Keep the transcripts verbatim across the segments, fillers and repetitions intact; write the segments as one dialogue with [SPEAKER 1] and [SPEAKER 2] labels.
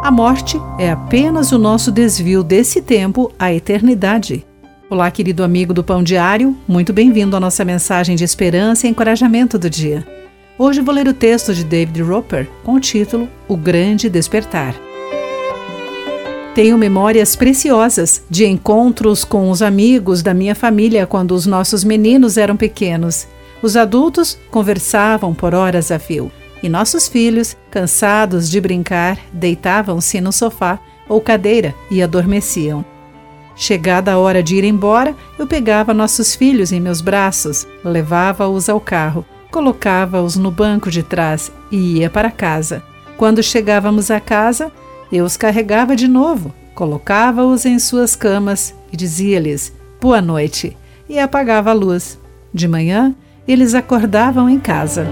[SPEAKER 1] A morte é apenas o nosso desvio desse tempo à eternidade. Olá, querido amigo do Pão Diário, muito bem-vindo à nossa mensagem de esperança e encorajamento do dia. Hoje vou ler o texto de David Roper com o título O Grande Despertar. Tenho memórias preciosas de encontros com os amigos da minha família quando os nossos meninos eram pequenos. Os adultos conversavam por horas a fio e nossos filhos, cansados de brincar, deitavam-se no sofá ou cadeira e adormeciam. Chegada a hora de ir embora, eu pegava nossos filhos em meus braços, levava-os ao carro, colocava-os no banco de trás e ia para casa. Quando chegávamos a casa, eu os carregava de novo, colocava-os em suas camas e dizia-lhes boa noite e apagava a luz. De manhã, eles acordavam em casa.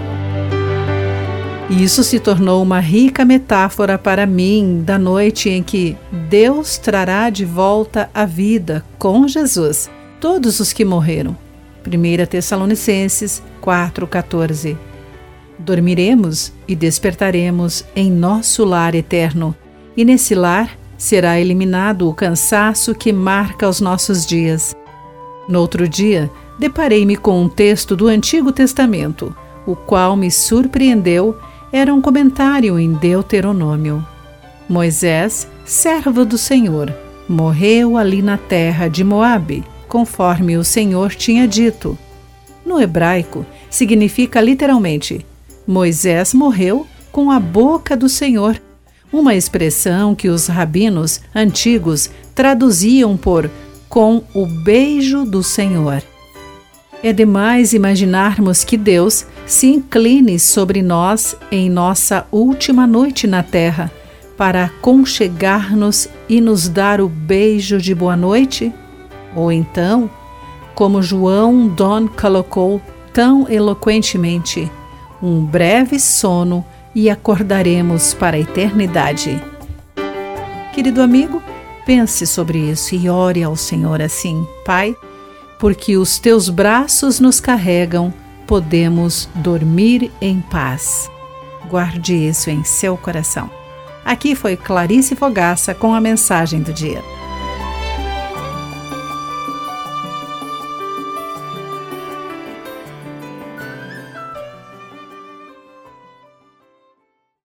[SPEAKER 1] Isso se tornou uma rica metáfora para mim da noite em que Deus trará de volta à vida com Jesus todos os que morreram. primeira Tessalonicenses quatro, quatorze. Dormiremos e despertaremos em nosso lar eterno, e nesse lar será eliminado o cansaço que marca os nossos dias. No outro dia, deparei-me com um texto do Antigo Testamento, o qual me surpreendeu. Era um comentário em Deuteronômio. Moisés, servo do Senhor, morreu ali na terra de Moabe, conforme o Senhor tinha dito. No hebraico, significa literalmente, Moisés morreu com a boca do Senhor, uma expressão que os rabinos antigos traduziam por com o beijo do Senhor. É demais imaginarmos que Deus se incline sobre nós em nossa última noite na terra para aconchegar-nos e nos dar o beijo de boa noite? Ou então, como João Donn colocou tão eloquentemente, um breve sono e acordaremos para a eternidade. Querido amigo, pense sobre isso e ore ao Senhor assim: Pai, porque os teus braços nos carregam, podemos dormir em paz. Guarde isso em seu coração. Aqui foi Clarice Fogaça com a mensagem do dia.